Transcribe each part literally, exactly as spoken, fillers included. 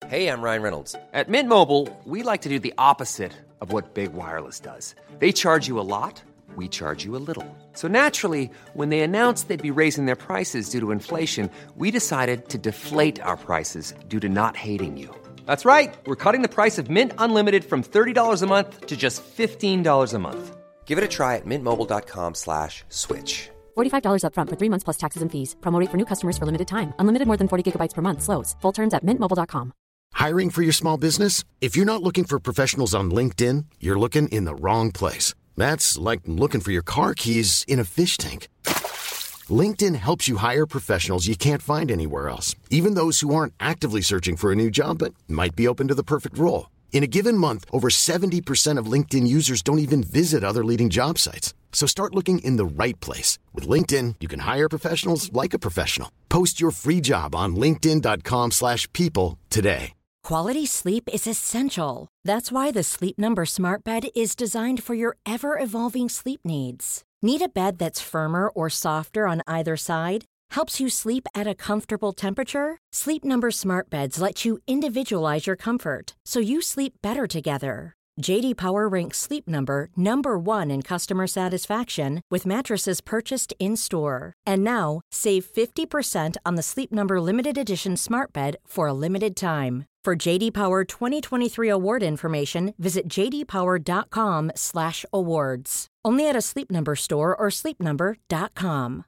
Hey, I'm Ryan Reynolds. At Mint Mobile, we like to do the opposite of what Big Wireless does. They charge you a lot, we charge you a little. So naturally, when they announced they'd be raising their prices due to inflation, we decided to deflate our prices due to not hating you. That's right. We're cutting the price of Mint Unlimited from thirty dollars a month to just fifteen dollars a month. Give it a try at mintmobile.com slash switch. forty-five dollars up front for three months plus taxes and fees. Promo rate for new customers for limited time. Unlimited more than forty gigabytes per month slows. Full terms at mint mobile dot com. Hiring for your small business? If you're not looking for professionals on LinkedIn, you're looking in the wrong place. That's like looking for your car keys in a fish tank. LinkedIn helps you hire professionals you can't find anywhere else, even those who aren't actively searching for a new job but might be open to the perfect role. In a given month, over seventy percent of LinkedIn users don't even visit other leading job sites. So start looking in the right place. With LinkedIn, you can hire professionals like a professional. Post your free job on linkedin.com slash people today. Quality sleep is essential. That's why the Sleep Number Smart Bed is designed for your ever-evolving sleep needs. Need a bed that's firmer or softer on either side? Helps you sleep at a comfortable temperature? Sleep Number Smart Beds let you individualize your comfort, so you sleep better together. J D Power ranks Sleep Number number one in customer satisfaction with mattresses purchased in-store. And now, save fifty percent on the Sleep Number Limited Edition Smart Bed for a limited time. For J D Power twenty twenty-three award information, visit jdpower.com slash awards. Only at a Sleep Number store or sleep number dot com.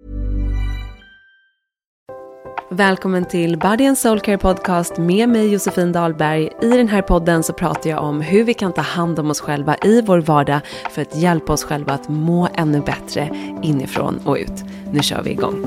Välkommen till Body and Soul Care Podcast med mig Josefin Dahlberg. I den här podden så pratar jag om hur vi kan ta hand om oss själva i vår vardag för att hjälpa oss själva att må ännu bättre inifrån och ut. Nu kör vi igång.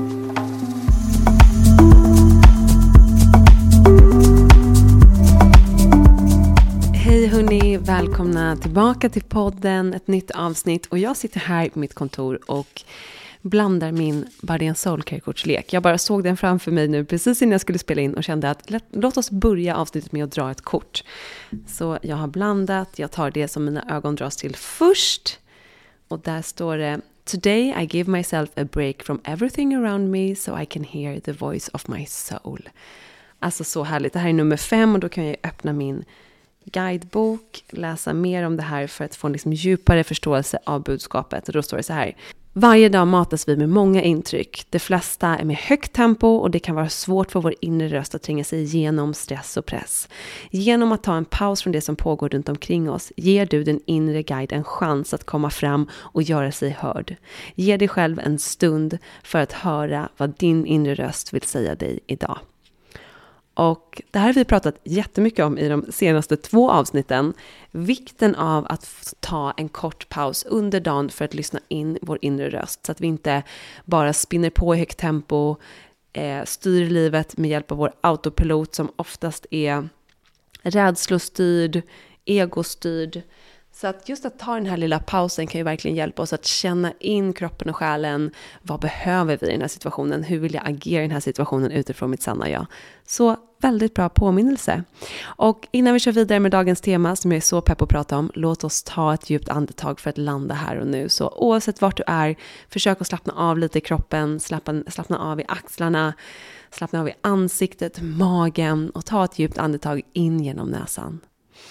Hej hörni, välkomna tillbaka till podden, ett nytt avsnitt. Och jag sitter här på mitt kontor och blandar min Body and Soul Care-kortslek. Jag bara såg den framför mig nu precis innan jag skulle spela in och kände att låt oss börja avsnittet med att dra ett kort. Så jag har blandat, jag tar det som mina ögon dras till först. Och där står det: Today I give myself a break from everything around me so I can hear the voice of my soul. Alltså så härligt. Det här är nummer fem och då kan jag öppna min guidebok, läsa mer om det här för att få en liksom djupare förståelse av budskapet. Och då står det så här: varje dag matas vi med många intryck. De flesta är med högt tempo och det kan vara svårt för vår inre röst att tränga sig igenom stress och press. Genom att ta en paus från det som pågår runt omkring oss ger du din inre guide en chans att komma fram och göra sig hörd. Ge dig själv en stund för att höra vad din inre röst vill säga dig idag. Och det här har vi pratat jättemycket om i de senaste två avsnitten. Vikten av att ta en kort paus under dagen för att lyssna in vår inre röst. Så att vi inte bara spinner på i högt tempo, eh, styr livet med hjälp av vår autopilot som oftast är rädslostyrd, egostyrd. Så att just att ta den här lilla pausen kan ju verkligen hjälpa oss att känna in kroppen och själen. Vad behöver vi i den här situationen? Hur vill jag agera i den här situationen utifrån mitt sanna jag? Så väldigt bra påminnelse. Och innan vi kör vidare med dagens tema som jag är så pepp på att prata om, låt oss ta ett djupt andetag för att landa här och nu. Så oavsett vart du är, försök att slappna av lite i kroppen, slappna, slappna av i axlarna, slappna av i ansiktet, magen och ta ett djupt andetag in genom näsan.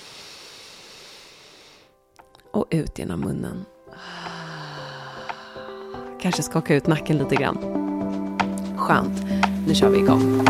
Och ut genom munnen. Kanske skaka ut nacken lite grann. Skönt. Nu kör vi igång.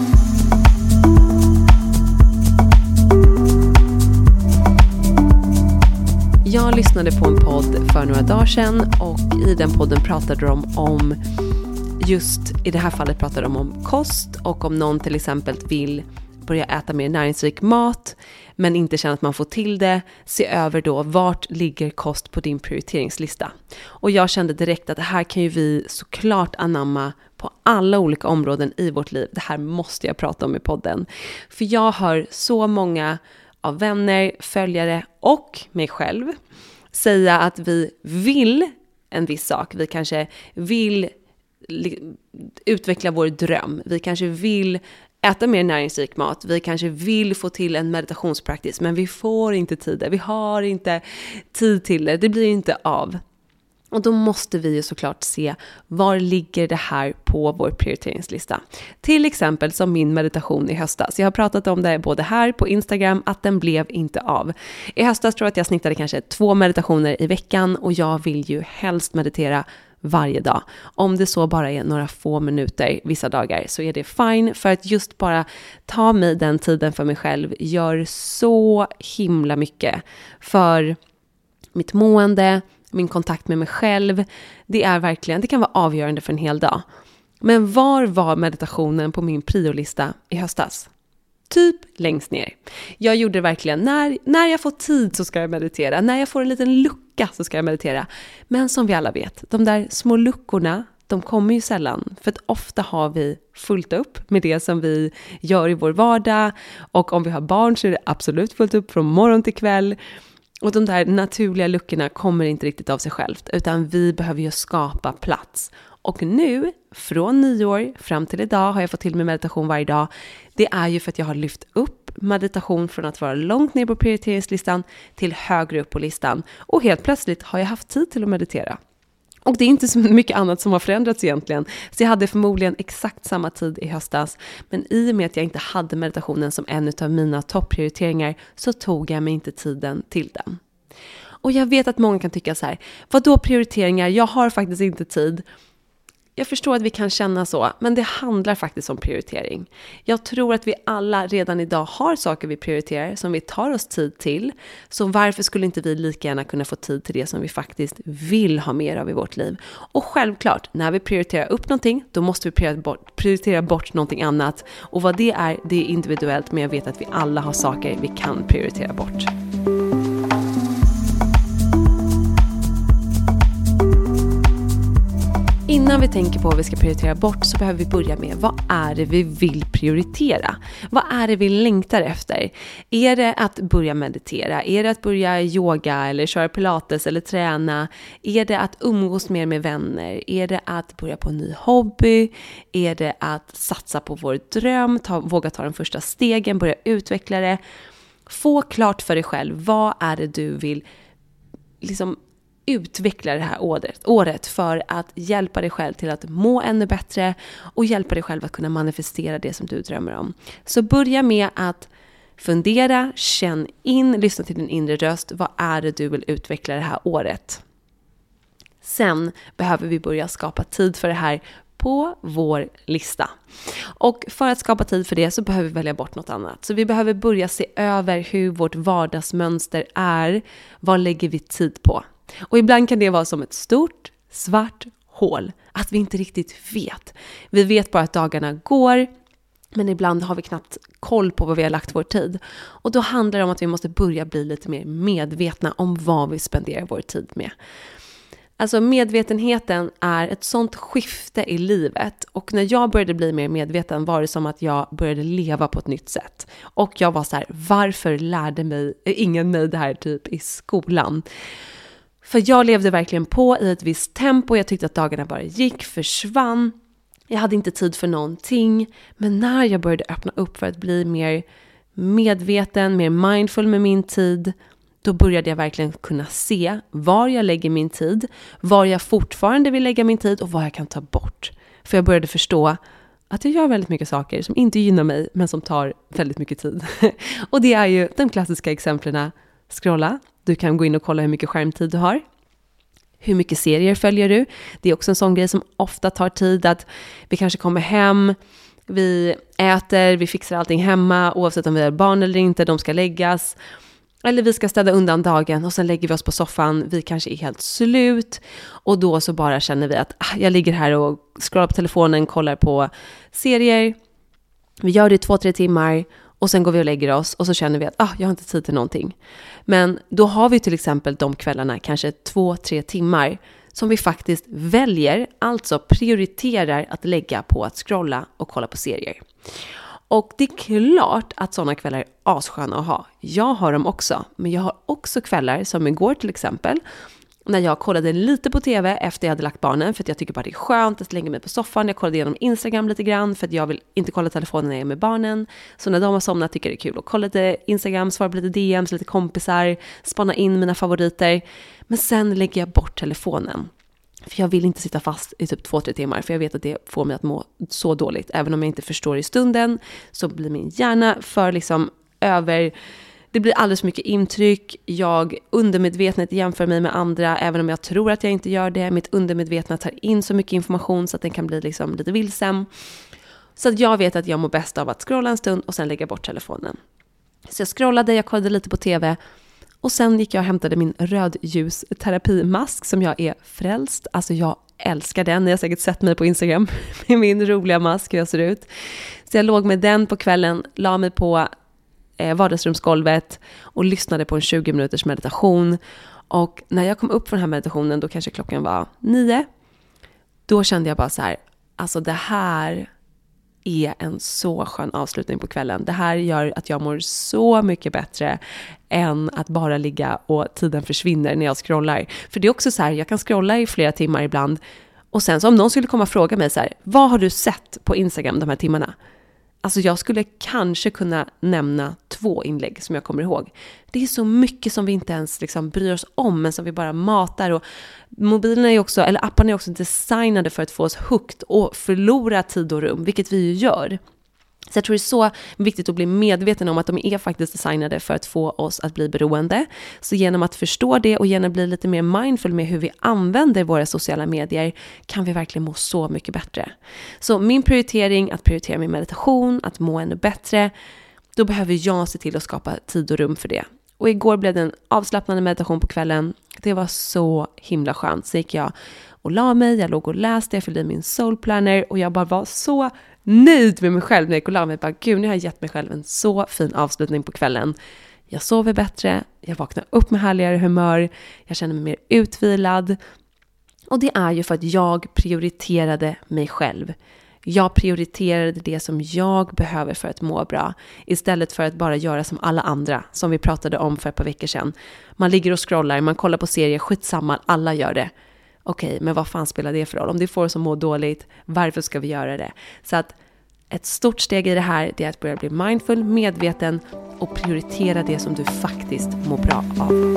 Jag lyssnade på en podd för några dagar sedan och i den podden pratade de om just, i det här fallet pratade de om kost och om någon till exempel vill börja äta mer näringsrik mat men inte känner att man får till det, se över då vart ligger kost på din prioriteringslista. Och jag kände direkt att det här kan ju vi såklart anamma på alla olika områden i vårt liv. Det här måste jag prata om i podden. För jag hör så många av vänner, följare och mig själv säga att vi vill en viss sak. Vi kanske vill utveckla vår dröm. Vi kanske vill äta mer näringsrik mat. Vi kanske vill få till en meditationspraktis, men vi får inte tid. Vi har inte tid till det. Det blir inte av. Och då måste vi ju såklart se var ligger det här på vår prioriteringslista. Till exempel som min meditation i höstas. Jag har pratat om det både här på Instagram att den blev inte av. I höstas tror jag att jag snittade kanske två meditationer i veckan och jag vill ju helst meditera varje dag. Om det så bara är några få minuter vissa dagar så är det fine, för att just bara ta mig den tiden för mig själv gör så himla mycket för mitt mående, min kontakt med mig själv. Det är verkligen, det kan vara avgörande för en hel dag. Men var var meditationen på min priolista i höstas? Typ längst ner. Jag gjorde det verkligen. När, när jag får tid så ska jag meditera. När jag får en liten lucka så ska jag meditera. Men som vi alla vet, de där små luckorna, de kommer ju sällan. För att ofta har vi fullt upp med det som vi gör i vår vardag. Och om vi har barn så är det absolut fullt upp från morgon till kväll. Och de där naturliga luckorna kommer inte riktigt av sig självt, utan vi behöver ju skapa plats. Och nu, från nyår fram till idag, har jag fått till med meditation varje dag. Det är ju för att jag har lyft upp meditation från att vara långt ner på prioriteringslistan till högre upp på listan. Och helt plötsligt har jag haft tid till att meditera. Och det är inte så mycket annat som har förändrats egentligen. Så jag hade förmodligen exakt samma tid i höstas. Men i och med att jag inte hade meditationen som en av mina topprioriteringar så tog jag mig inte tiden till den. Och jag vet att många kan tycka så här: vad då prioriteringar? Jag har faktiskt inte tid. Jag förstår att vi kan känna så, men det handlar faktiskt om prioritering. Jag tror att vi alla redan idag har saker vi prioriterar som vi tar oss tid till. Så varför skulle inte vi lika gärna kunna få tid till det som vi faktiskt vill ha mer av i vårt liv? Och självklart, när vi prioriterar upp någonting, då måste vi prioritera bort, prioritera bort någonting annat. Och vad det är, det är individuellt, men jag vet att vi alla har saker vi kan prioritera bort. Innan vi tänker på vad vi ska prioritera bort så behöver vi börja med: vad är det vi vill prioritera? Vad är det vi längtar efter? Är det att börja meditera? Är det att börja yoga eller köra pilates eller träna? Är det att umgås mer med vänner? Är det att börja på en ny hobby? Är det att satsa på vår dröm? Ta, våga ta de första stegen, börja utveckla det? Få klart för dig själv, vad är det du vill liksom utveckla det här året, året för att hjälpa dig själv till att må ännu bättre och hjälpa dig själv att kunna manifestera det som du drömmer om. Så börja med att fundera, känn in, lyssna till din inre röst. Vad är det du vill utveckla det här året? Sen behöver vi börja skapa tid för det här på vår lista. Och för att skapa tid för det så behöver vi välja bort något annat. Så vi behöver börja se över hur vårt vardagsmönster är. Vad lägger vi tid på? Och ibland kan det vara som ett stort svart hål. Att vi inte riktigt vet. Vi vet bara att dagarna går. Men ibland har vi knappt koll på vad vi har lagt vår tid. Och då handlar det om att vi måste börja bli lite mer medvetna om vad vi spenderar vår tid med. Alltså medvetenheten är ett sånt skifte i livet. Och när jag började bli mer medveten var det som att jag började leva på ett nytt sätt. Och jag var så här: varför lärde mig ingen mig det här typ i skolan? För jag levde verkligen på i ett visst tempo. Jag tyckte att dagarna bara gick, försvann. Jag hade inte tid för någonting. Men när jag började öppna upp för att bli mer medveten, mer mindful med min tid, då började jag verkligen kunna se var jag lägger min tid, var jag fortfarande vill lägga min tid och vad jag kan ta bort. För jag började förstå att jag gör väldigt mycket saker som inte gynnar mig men som tar väldigt mycket tid. Och det är ju de klassiska exemplen: scrolla. Du kan gå in och kolla hur mycket skärmtid du har. Hur mycket serier följer du? Det är också en sån grej som ofta tar tid. Att vi kanske kommer hem, vi äter, vi fixar allting hemma oavsett om vi har barn eller inte, de ska läggas. Eller vi ska städa undan dagen och sen lägger vi oss på soffan. Vi kanske är helt slut och då så bara känner vi att ah, jag ligger här och scrollar på telefonen, kollar på serier. Vi gör det i två, tre timmar. Och sen går vi och lägger oss och så känner vi att ah, jag har inte tid till någonting. Men då har vi till exempel de kvällarna, kanske två, tre timmar som vi faktiskt väljer, alltså prioriterar att lägga på att scrolla och kolla på serier. Och det är klart att sådana kvällar är assköna att ha. Jag har dem också, men jag har också kvällar som igår till exempel, när jag kollade lite på tv efter jag hade lagt barnen, för att jag tycker bara det är skönt att lägga mig på soffan. Jag kollade igenom Instagram lite grann för att jag vill inte kolla telefonen när jag är med barnen. Så när de har somnat tycker jag det är kul att kolla lite Instagram, svara på lite D Ms, lite kompisar, spana in mina favoriter. Men sen lägger jag bort telefonen. För jag vill inte sitta fast i typ två, tre timmar. För jag vet att det får mig att må så dåligt. Även om jag inte förstår i stunden så blir min hjärna för liksom över... Det blir alldeles för mycket intryck. Jag undermedvetet jämför mig med andra. Även om jag tror att jag inte gör det. Mitt undermedvetna tar in så mycket information så att den kan bli liksom lite vilsen. Så att jag vet att jag mår bäst av att scrolla en stund och sen lägga bort telefonen. Så jag scrollade, jag kollade lite på tv. Och sen gick jag och hämtade min rödljusterapimask som jag är frälst. Alltså jag älskar den. Ni har säkert sett mig på Instagram med min roliga mask, hur jag ser ut. Så jag låg med den på kvällen, la mig på eh, vardagsrumsgolvet och lyssnade på en tjugo minuters meditation. Och när jag kom upp från den här meditationen, då kanske klockan var nio. Då kände jag bara så här, alltså det här är en så skön avslutning på kvällen. Det här gör att jag mår så mycket bättre än att bara ligga och tiden försvinner när jag scrollar. För det är också så här, jag kan scrolla i flera timmar ibland. Och sen så om någon skulle komma och fråga mig så här, vad har du sett på Instagram de här timmarna? Alltså jag skulle kanske kunna nämna två inlägg som jag kommer ihåg. Det är så mycket som vi inte ens liksom bryr oss om, men som vi bara matar. Och mobilerna är också, eller apparna är också designade för att få oss hooked och förlora tid och rum, vilket vi ju gör. Så jag tror det är så viktigt att bli medveten om att de är faktiskt designade för att få oss att bli beroende. Så genom att förstå det och genom att bli lite mer mindful med hur vi använder våra sociala medier kan vi verkligen må så mycket bättre. Så min prioritering, att prioritera min meditation, att må ännu bättre, då behöver jag se till att skapa tid och rum för det. Och igår blev det en avslappnande meditation på kvällen. Det var så himla skönt. Så gick jag och la mig, jag låg och läste, jag fyllde i min soul planner och jag bara var så nöjd med mig själv när jag gick och la mig. Bara, gud, nu har jag gett mig själv en så fin avslutning på kvällen. Jag sover bättre, jag vaknar upp med härligare humör, jag känner mig mer utvilad. Och det är ju för att jag prioriterade mig själv. Jag prioriterade det som jag behöver för att må bra. Istället för att bara göra som alla andra, som vi pratade om för ett par veckor sedan. Man ligger och scrollar, man kollar på serier, skitsamma, alla gör det. Okej, men vad fan spelar det för roll? Om det får oss att må dåligt, varför ska vi göra det? Så att ett stort steg i det här är att börja bli mindful, medveten och prioritera det som du faktiskt mår bra av.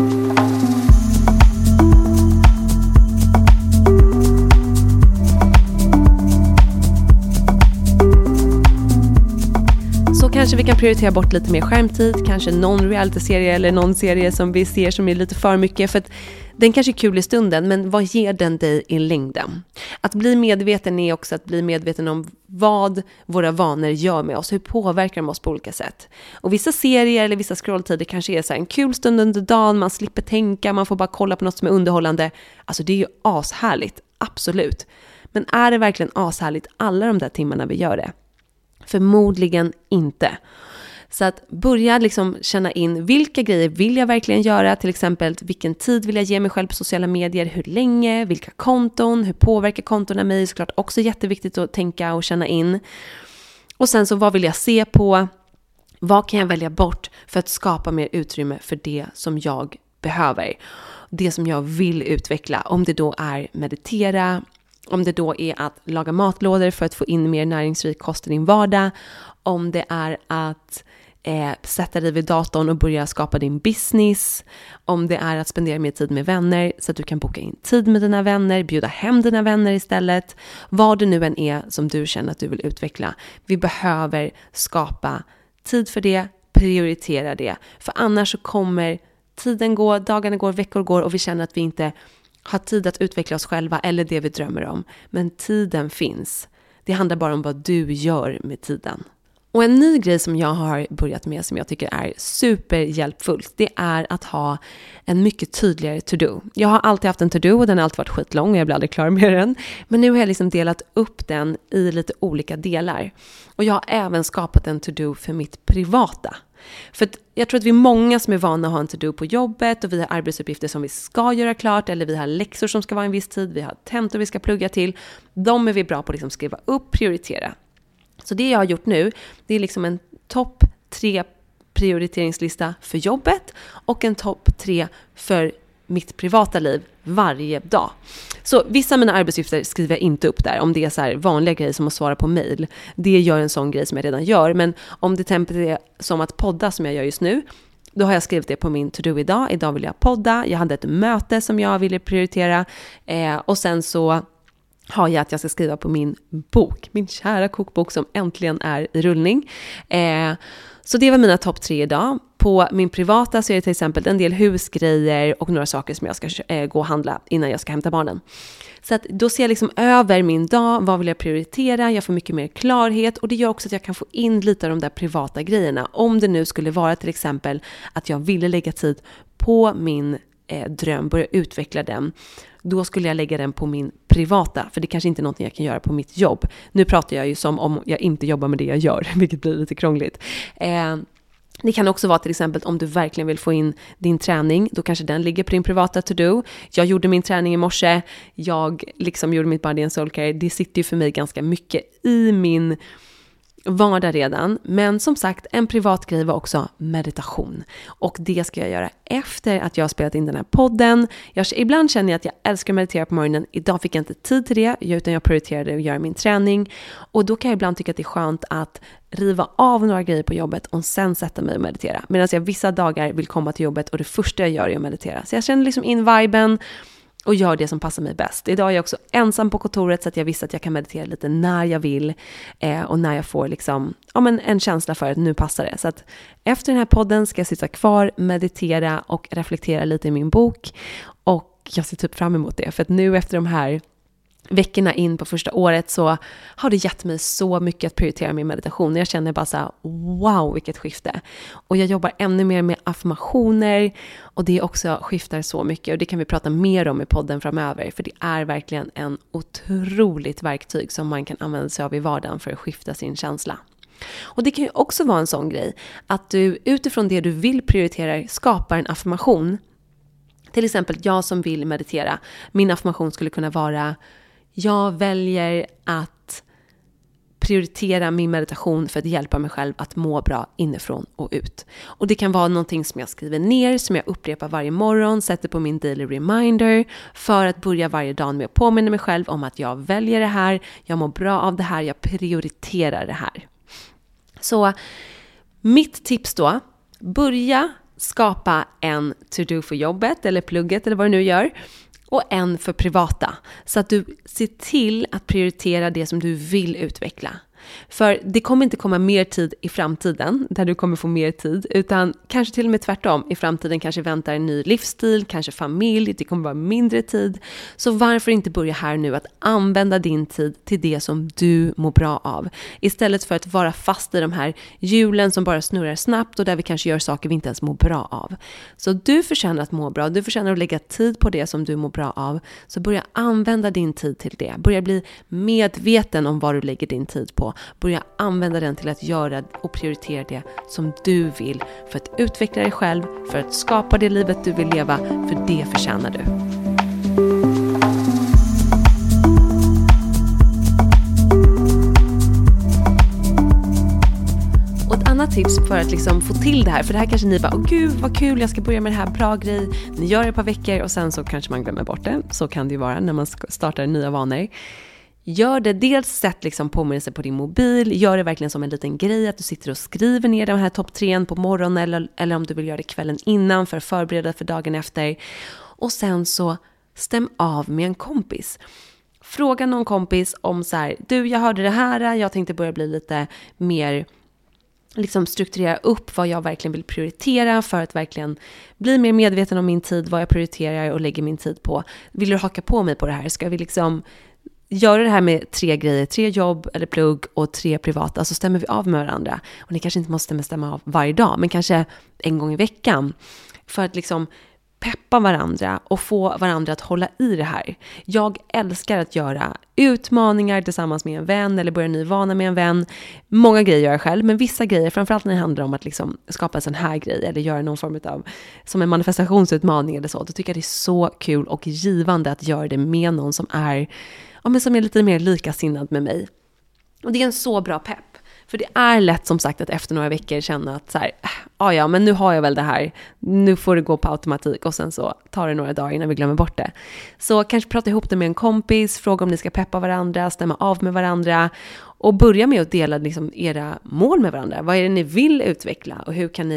Så kanske vi kan prioritera bort lite mer skärmtid, kanske någon reality-serie eller någon serie som vi ser som är lite för mycket, för att den kanske är kul i stunden, men vad ger den dig i längden? Att bli medveten är också att bli medveten om vad våra vanor gör med oss, hur påverkar de oss på olika sätt. Och vissa serier eller vissa scrolltider kanske är så här en kul stund under dagen, man slipper tänka, man får bara kolla på något som är underhållande. Alltså det är ju ashärligt, absolut. Men är det verkligen ashärligt alla de där timmarna vi gör det? Förmodligen inte. Så att börja liksom känna in vilka grejer vill jag verkligen göra. Till exempel vilken tid vill jag ge mig själv på sociala medier, hur länge, vilka konton, hur påverkar kontona mig. Såklart också jätteviktigt att tänka och känna in. Och sen så vad vill jag se på? Vad kan jag välja bort för att skapa mer utrymme för det som jag behöver? Det som jag vill utveckla. Om det då är meditera, om det då är att laga matlådor för att få in mer näringsrik kost i din vardag. Om det är att eh, sätta dig vid datorn och börja skapa din business. Om det är att spendera mer tid med vänner så att du kan boka in tid med dina vänner. Bjuda hem dina vänner istället. Vad det nu än är som du känner att du vill utveckla. Vi behöver skapa tid för det. Prioritera det. För annars så kommer tiden gå, dagarna går, veckor går och vi känner att vi inte har tid att utveckla oss själva eller det vi drömmer om. Men tiden finns. Det handlar bara om vad du gör med tiden. Och en ny grej som jag har börjat med som jag tycker är superhjälpfullt, det är att ha en mycket tydligare to-do. Jag har alltid haft en to-do och den har alltid varit skitlång och jag blir aldrig klar med den. Men nu har jag liksom delat upp den i lite olika delar. Och jag har även skapat en to-do för mitt privata. För att jag tror att vi är många som är vana att ha en to-do på jobbet och vi har arbetsuppgifter som vi ska göra klart eller vi har läxor som ska vara en viss tid, vi har tentor vi ska plugga till. De är vi bra på att liksom skriva upp, prioritera. Så det jag har gjort nu, det är liksom en topp tre prioriteringslista för jobbet och en topp tre för mitt privata liv varje dag. Så vissa av mina arbetsuppgifter skriver jag inte upp där. Om det är så här vanliga grejer som att svara på mejl. Det gör en sån grej som jag redan gör. Men om det tempet är som att podda som jag gör just nu, Då har jag skrivit det på min to-do idag. Idag vill jag podda. Jag hade ett möte som jag ville prioritera. Eh, och sen så har jag att jag ska skriva på min bok. Min kära kokbok som äntligen är i rullning. Eh, så det var mina topp tre idag. På min privata så är det till exempel en del husgrejer och några saker som jag ska eh, gå och handla innan jag ska hämta barnen. Så att då ser jag liksom över min dag, vad vill jag prioritera, jag får mycket mer klarhet och det gör också att jag kan få in lite av de där privata grejerna. Om det nu skulle vara till exempel att jag ville lägga tid på min eh, dröm, börja utveckla den, då skulle jag lägga den på min privata, för det kanske inte är någonting jag kan göra på mitt jobb. Nu pratar jag ju som om jag inte jobbar med det jag gör, vilket blir lite krångligt. Eh, Det kan också vara till exempel om du verkligen vill få in din träning. Då kanske den ligger på din privata to-do. Jag gjorde min träning i morse. Jag liksom gjorde mitt body and soul care. Det sitter ju för mig ganska mycket i min vardag redan. Men som sagt, en privat grej var också meditation. Och det ska jag göra efter att jag har spelat in den här podden. Jag, ibland känner jag att jag älskar att meditera på morgonen. Idag fick jag inte tid till det, utan jag prioriterade att göra min träning. Och då kan jag ibland tycka att det är skönt att riva av några grejer på jobbet och sen sätta mig och meditera. Medan jag vissa dagar vill komma till jobbet och det första jag gör är att meditera. Så jag känner liksom in viben och gör det som passar mig bäst. Idag är jag också ensam på kontoret så att jag visste att jag kan meditera lite när jag vill. Eh, och när jag får liksom, ja, men en känsla för att nu passar det. Så att efter den här podden ska jag sitta kvar, meditera och reflektera lite i min bok. Och jag ser typ fram emot det. För att nu efter de här veckorna in på första året så har det gett mig så mycket att prioritera min meditation. Jag känner bara så här, wow, vilket skifte. Och jag jobbar ännu mer med affirmationer och det också skiftar så mycket. Och det kan vi prata mer om i podden framöver. För det är verkligen en otroligt verktyg som man kan använda sig av i vardagen för att skifta sin känsla. Och det kan ju också vara en sån grej att du utifrån det du vill prioritera skapar en affirmation. Till exempel jag som vill meditera. Min affirmation skulle kunna vara: jag väljer att prioritera min meditation för att hjälpa mig själv att må bra inifrån och ut. Och det kan vara någonting som jag skriver ner, som jag upprepar varje morgon, sätter på min daily reminder för att börja varje dag med att påminna mig själv om att jag väljer det här, jag mår bra av det här, jag prioriterar det här. Så mitt tips då, börja skapa en to-do för jobbet eller plugget eller vad du nu gör. Och en för privata. Så att du ser till att prioritera det som du vill utveckla. För det kommer inte komma mer tid i framtiden där du kommer få mer tid, utan kanske till och med tvärtom. I framtiden kanske väntar en ny livsstil, kanske familj, det kommer vara mindre tid. Så varför inte börja här nu att använda din tid till det som du mår bra av. Istället för att vara fast i de här hjulen som bara snurrar snabbt och där vi kanske gör saker vi inte ens mår bra av. Så du förtjänar att må bra, du förtjänar att lägga tid på det som du mår bra av. Så börja använda din tid till det. Börja bli medveten om vad du lägger din tid på. Börja använda den till att göra och prioritera det som du vill för att utveckla dig själv, för att skapa det livet du vill leva, för det förtjänar du. Och ett annat tips för att liksom få till det här, för det här kanske ni bara, åh gud vad kul, jag ska börja med det här, bra grej. Ni gör det ett par veckor och sen så kanske man glömmer bort det. Så kan det ju vara när man startar nya vanor. Gör det, dels sätt liksom påminnelse på din mobil, gör det verkligen som en liten grej att du sitter och skriver ner de här topp tre på morgonen eller, eller om du vill göra det kvällen innan för att förbereda för dagen efter. Och sen så stäm av med en kompis. Fråga någon kompis om så här, du jag hörde det här, jag tänkte börja bli lite mer, liksom strukturera upp vad jag verkligen vill prioritera för att verkligen bli mer medveten om min tid, vad jag prioriterar och lägger min tid på. Vill du haka på mig på det här? Ska vi liksom gör det här med tre grejer, tre jobb eller plugg och tre privata, så stämmer vi av med varandra. Och ni kanske inte måste stämma av varje dag, men kanske en gång i veckan. För att liksom peppa varandra och få varandra att hålla i det här. Jag älskar att göra utmaningar tillsammans med en vän eller börja en ny vana med en vän. Många grejer gör jag själv, men vissa grejer, framförallt när det handlar om att liksom skapa en sån här grej eller göra någon form av, som en manifestationsutmaning eller så, då tycker jag det är så kul och givande att göra det med någon som är, ja, men som är lite mer likasinnad med mig. Och det är en så bra pepp. För det är lätt som sagt att efter några veckor känna att så här, ah, ja men nu har jag väl det här, nu får det gå på automatik och sen så tar det några dagar innan vi glömmer bort det. Så kanske prata ihop det med en kompis, fråga om ni ska peppa varandra, stämma av med varandra och börja med att dela liksom era mål med varandra. Vad är det ni vill utveckla och hur kan ni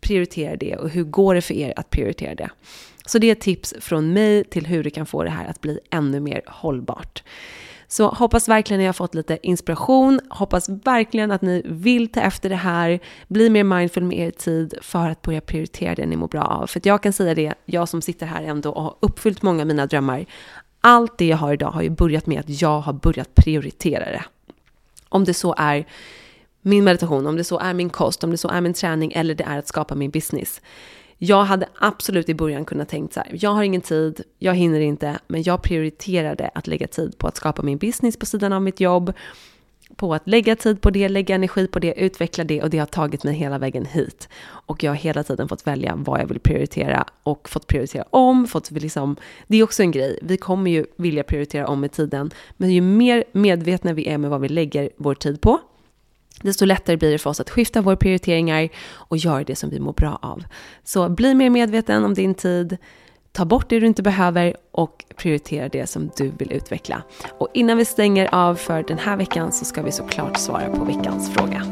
prioritera det och hur går det för er att prioritera det? Så det är tips från mig till hur du kan få det här att bli ännu mer hållbart. Så hoppas verkligen att jag har fått lite inspiration. Hoppas verkligen att ni vill ta efter det här. Bli mer mindful med er tid för att börja prioritera det ni mår bra av. För att jag kan säga det, jag som sitter här ändå och har uppfyllt många av mina drömmar. Allt det jag har idag har ju börjat med att jag har börjat prioritera det. Om det så är min meditation, om det så är min kost, om det så är min träning eller det är att skapa min business. Jag hade absolut i början kunnat tänkt så här, jag har ingen tid, jag hinner inte, men jag prioriterade att lägga tid på att skapa min business på sidan av mitt jobb, på att lägga tid på det, lägga energi på det, utveckla det och det har tagit mig hela vägen hit. Och jag har hela tiden fått välja vad jag vill prioritera och fått prioritera om, fått liksom, det är också en grej, vi kommer ju vilja prioritera om i tiden, men ju mer medvetna vi är med vad vi lägger vår tid på, desto lättare blir det för oss att skifta våra prioriteringar och göra det som vi mår bra av. Så bli mer medveten om din tid, ta bort det du inte behöver och prioritera det som du vill utveckla. Och innan vi stänger av för den här veckan så ska vi såklart svara på veckans fråga.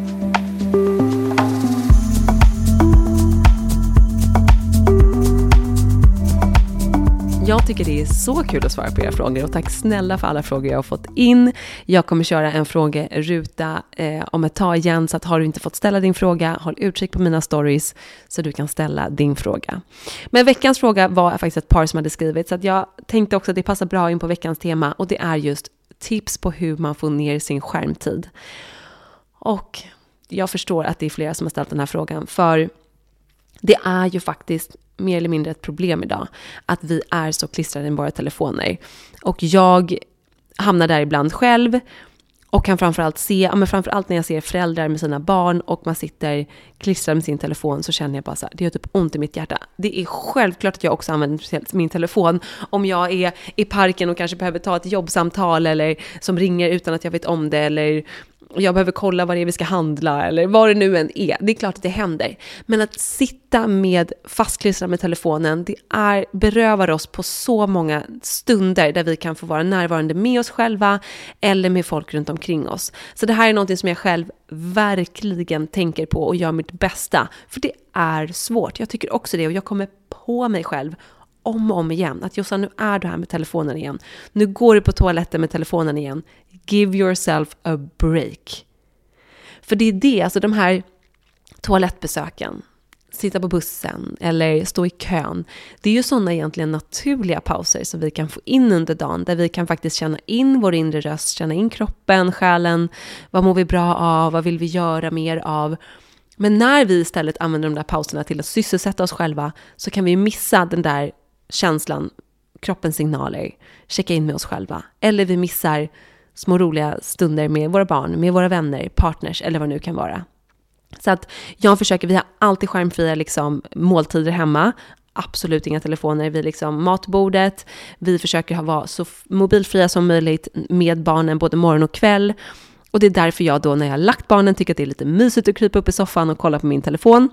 Jag tycker det är så kul att svara på era frågor och tack snälla för alla frågor jag har fått in. Jag kommer köra en frågeruta eh, om ett tag igen, så att har du inte fått ställa din fråga, håll utkik på mina stories så du kan ställa din fråga. Men veckans fråga var faktiskt ett par som hade skrivit, så att jag tänkte också att det passar bra in på veckans tema och det är just tips på hur man får ner sin skärmtid. Och jag förstår att det är flera som har ställt den här frågan, för det är ju faktiskt mer eller mindre ett problem idag att vi är så klistrade i våra telefoner. Och jag hamnar där ibland själv och kan framförallt se, ja, men framförallt när jag ser föräldrar med sina barn och man sitter klistrad med sin telefon, så känner jag bara så här, det gör typ ont i mitt hjärta. Det är självklart att jag också använder min telefon om jag är i parken och kanske behöver ta ett jobbsamtal eller som ringer utan att jag vet om det, eller jag behöver kolla vad det är vi ska handla eller vad det nu än är. Det är klart att det händer. Men att sitta med fastklistrad med telefonen, det är, berövar oss på så många stunder där vi kan få vara närvarande med oss själva eller med folk runt omkring oss. Så det här är något som jag själv verkligen tänker på och gör mitt bästa. För det är svårt. Jag tycker också det och jag kommer på mig själv om och om igen att Jossan, nu är du här med telefonen igen. Nu går du på toaletten med telefonen igen. Give yourself a break. För det är det, alltså de här toalettbesöken, sitta på bussen eller stå i kön. Det är ju sådana egentligen naturliga pauser som vi kan få in under dagen, där vi kan faktiskt känna in vår inre röst, känna in kroppen, själen. Vad mår vi bra av? Vad vill vi göra mer av? Men när vi istället använder de där pauserna till att sysselsätta oss själva, så kan vi missa den där känslan, kroppens signaler, checka in med oss själva. Eller vi missar små roliga stunder med våra barn, med våra vänner, partners eller vad det nu kan vara. Så att jag försöker, vi har alltid skärmfria liksom, måltider hemma. Absolut inga telefoner vid liksom, matbordet. Vi försöker ha, vara så mobilfria som möjligt med barnen både morgon och kväll. Och det är därför jag då när jag har lagt barnen tycker att det är lite mysigt att krypa upp i soffan och kolla på min telefon.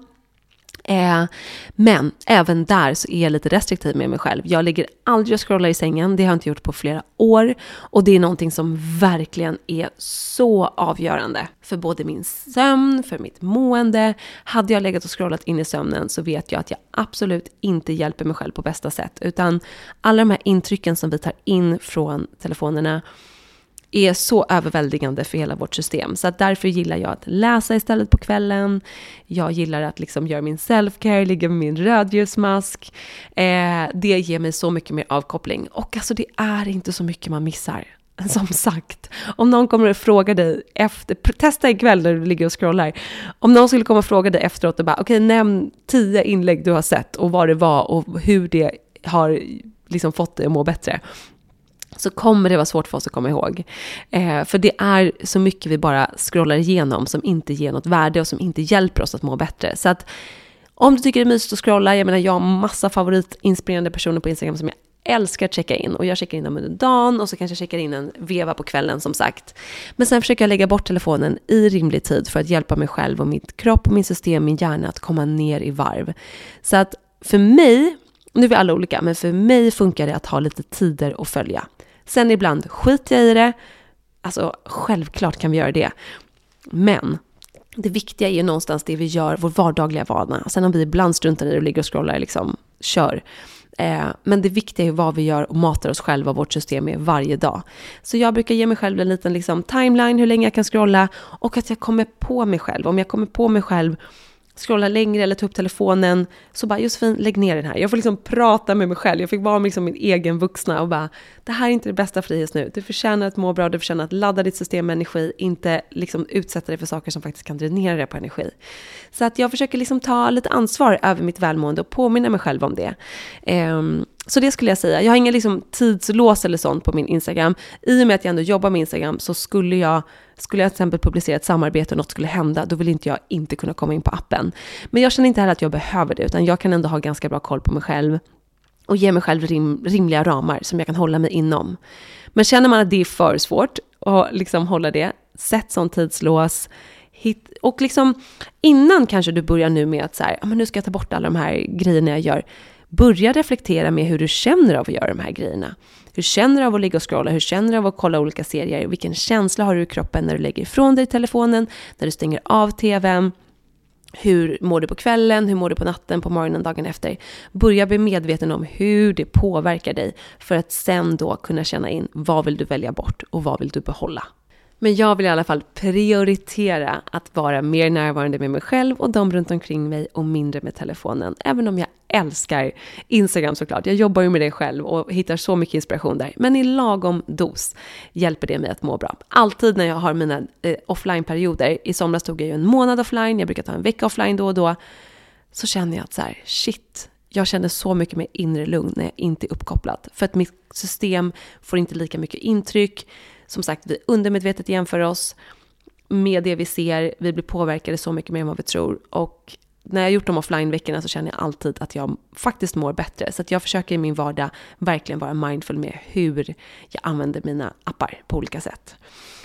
Eh, men även där så är jag lite restriktiv med mig själv. Jag ligger aldrig och scrollar i sängen. Det har jag inte gjort på flera år. Och det är någonting som verkligen är så avgörande för både min sömn, för mitt mående. Hade jag legat och scrollat in i sömnen så vet jag att jag absolut inte hjälper mig själv på bästa sätt. Utan alla de här intrycken som vi tar in från telefonerna är så överväldigande för hela vårt system. Så att därför gillar jag att läsa istället på kvällen. Jag gillar att liksom göra min self-care, ligga med min rödljusmask. Eh, det ger mig så mycket mer avkoppling. Och alltså det är inte så mycket man missar. Som sagt, om någon kommer och frågar dig efter, testa ikväll när du ligger och scrollar. Om någon skulle komma och fråga dig efteråt och bara, okej, okay, nämn tio inlägg du har sett och vad det var och hur det har liksom fått dig att må bättre. Så kommer det vara svårt för oss att komma ihåg. Eh, för det är så mycket vi bara scrollar igenom som inte ger något värde och som inte hjälper oss att må bättre. Så att om du tycker det är mysigt att scrolla, jag menar jag har massa favoritinspirerande personer på Instagram som jag älskar att checka in. Och jag checkar in dem under dagen och så kanske jag checkar in en veva på kvällen som sagt. Men sen försöker jag lägga bort telefonen i rimlig tid för att hjälpa mig själv och mitt kropp och min system, min hjärna att komma ner i varv. Så att för mig, nu är vi alla olika, men för mig funkar det att ha lite tider att följa. Sen ibland skiter jag i det. Alltså självklart kan vi göra det. Men det viktiga är ju någonstans det vi gör, vår vardagliga vana. Sen om vi ibland struntar i och ligger och scrollar, liksom, kör. Eh, men det viktiga är vad vi gör och matar oss själva och vårt system med varje dag. Så jag brukar ge mig själv en liten liksom, timeline hur länge jag kan scrolla, och att jag kommer på mig själv. Om jag kommer på mig själv scrolla längre eller ta upp telefonen, så bara, Josefin, lägg ner den här. Jag får liksom prata med mig själv. Jag fick vara med liksom min egen vuxna och bara, det här är inte det bästa för dig just nu. Du förtjänar att må bra, du förtjänar att ladda ditt system med energi, inte liksom utsätta dig för saker som faktiskt kan dränera dig på energi. Så att jag försöker liksom ta lite ansvar över mitt välmående och påminna mig själv om det. Um, Så det skulle jag säga. Jag har inga liksom tidslås eller sånt på min Instagram. I och med att jag ändå jobbar med Instagram, så skulle jag, skulle jag till exempel publicera ett samarbete och något skulle hända, då vill inte jag inte kunna komma in på appen. Men jag känner inte heller att jag behöver det, utan jag kan ändå ha ganska bra koll på mig själv och ge mig själv rim, rimliga ramar som jag kan hålla mig inom. Men känner man att det är för svårt att liksom hålla det, sätt sån tidslås. Hit, och liksom innan kanske du börjar nu med att så här, men nu ska jag ta bort alla de här grejerna jag gör. Börja reflektera med hur du känner av att göra de här grejerna. Hur känner du av att ligga och scrolla? Hur känner du av att kolla olika serier? Vilken känsla har du i kroppen när du lägger ifrån dig telefonen? När du stänger av tvn? Hur mår du på kvällen? Hur mår du på natten, på morgonen, dagen efter? Börja bli medveten om hur det påverkar dig. För att sen då kunna känna in, vad vill du välja bort och vad vill du behålla? Men jag vill i alla fall prioritera att vara mer närvarande med mig själv och de runt omkring mig och mindre med telefonen. Även om jag älskar Instagram såklart. Jag jobbar ju med det själv och hittar så mycket inspiration där. Men i lagom dos hjälper det mig att må bra. Alltid när jag har mina eh, offline-perioder. I somras tog jag ju en månad offline. Jag brukar ta en vecka offline då och då. Så känner jag att så här, shit. Jag känner så mycket mer inre lugn när jag inte är uppkopplad. För att mitt system får inte lika mycket intryck. Som sagt, vi undermedvetet jämför oss med det vi ser. Vi blir påverkade så mycket mer än vad vi tror. Och när jag har gjort de offline-veckorna så känner jag alltid att jag faktiskt mår bättre. Så att jag försöker i min vardag verkligen vara mindful med hur jag använder mina appar på olika sätt.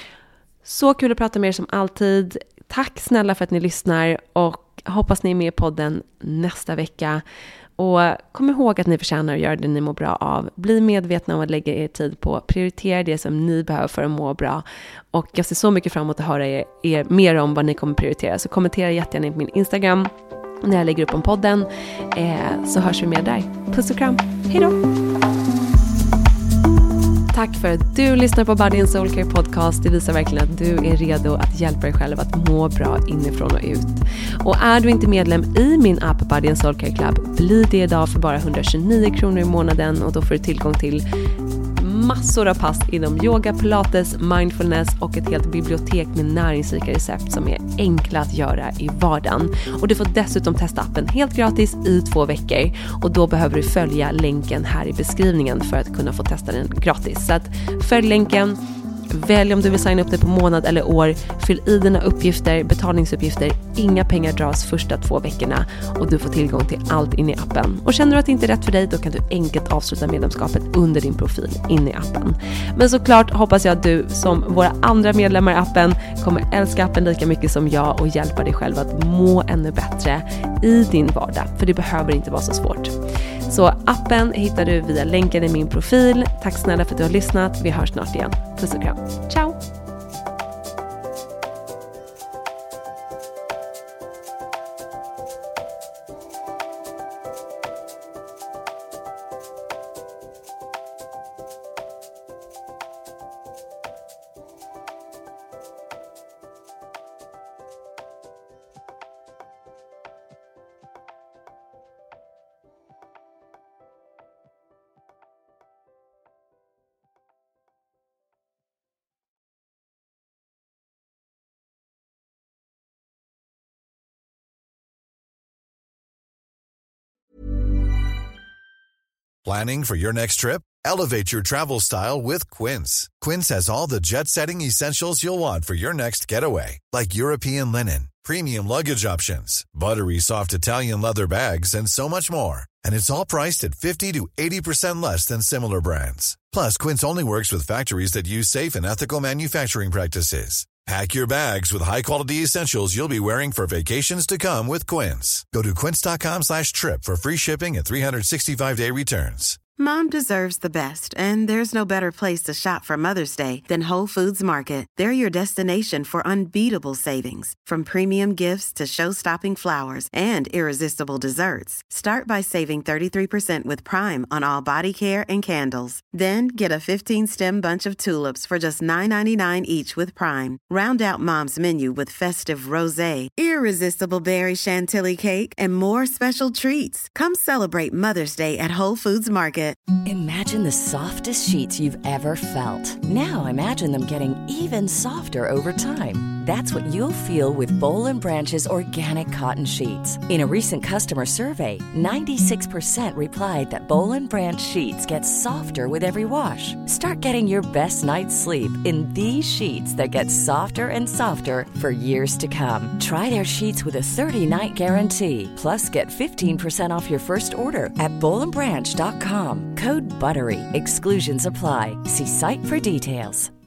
Så kul att prata med er som alltid. Tack snälla för att ni lyssnar och hoppas ni är med i podden nästa vecka. Och kom ihåg att ni förtjänar att göra det ni mår bra av. Bli medvetna om att lägga er tid på. Prioritera det som ni behöver för att må bra. Och jag ser så mycket fram emot att höra er, er mer om vad ni kommer prioritera. Så kommentera jättegärna på min Instagram när jag lägger upp om podden. Eh, så hörs vi mer där. Puss och kram. Hej då! Tack för att du lyssnar på Body and Soul Care Podcast. Det visar verkligen att du är redo att hjälpa dig själv att må bra inifrån och ut. Och är du inte medlem i min app Body and Soul Care Club, bli det idag för bara etthundratjugonio kronor i månaden. Och då får du tillgång till massor av pass inom yoga, pilates, mindfulness och ett helt bibliotek med näringsrika recept som är enkla att göra i vardagen. Och du får dessutom testa appen helt gratis i två veckor. Och då behöver du följa länken här i beskrivningen för att kunna få testa den gratis. Så att följ länken. Välj om du vill signa upp dig på månad eller år. Fyll i dina uppgifter, betalningsuppgifter. Inga pengar dras första två veckorna. Och du får tillgång till allt in i appen. Och känner du att det inte är rätt för dig, då kan du enkelt avsluta medlemskapet under din profil in i appen. Men såklart hoppas jag att du som våra andra medlemmar i appen kommer älska appen lika mycket som jag och hjälpa dig själv att må ännu bättre i din vardag. För det behöver inte vara så svårt. Så appen hittar du via länken i min profil. Tack snälla för att du har lyssnat. Vi hörs snart igen. Puss och kram. Ciao! Planning for your next trip? Elevate your travel style with Quince. Quince has all the jet-setting essentials you'll want for your next getaway, like European linen, premium luggage options, buttery soft Italian leather bags, and so much more. And it's all priced at fifty to eighty percent less than similar brands. Plus, Quince only works with factories that use safe and ethical manufacturing practices. Pack your bags with high-quality essentials you'll be wearing for vacations to come with Quince. Go to quince.com slash trip for free shipping and three sixty-five day returns. Mom deserves the best, and there's no better place to shop for Mother's Day than Whole Foods Market. They're your destination for unbeatable savings, from premium gifts to show-stopping flowers and irresistible desserts. Start by saving thirty-three percent with Prime on all body care and candles. Then get a fifteen-stem bunch of tulips for just nine ninety-nine each with Prime. Round out Mom's menu with festive rosé, irresistible berry chantilly cake, and more special treats. Come celebrate Mother's Day at Whole Foods Market. Imagine the softest sheets you've ever felt. Now imagine them getting even softer over time. That's what you'll feel with Boll and Branch's organic cotton sheets. In a recent customer survey, ninety-six percent replied that Boll and Branch sheets get softer with every wash. Start getting your best night's sleep in these sheets that get softer and softer for years to come. Try their sheets with a thirty-night guarantee. Plus, get fifteen percent off your first order at boll and branch dot com. Code BUTTERY. Exclusions apply. See site for details.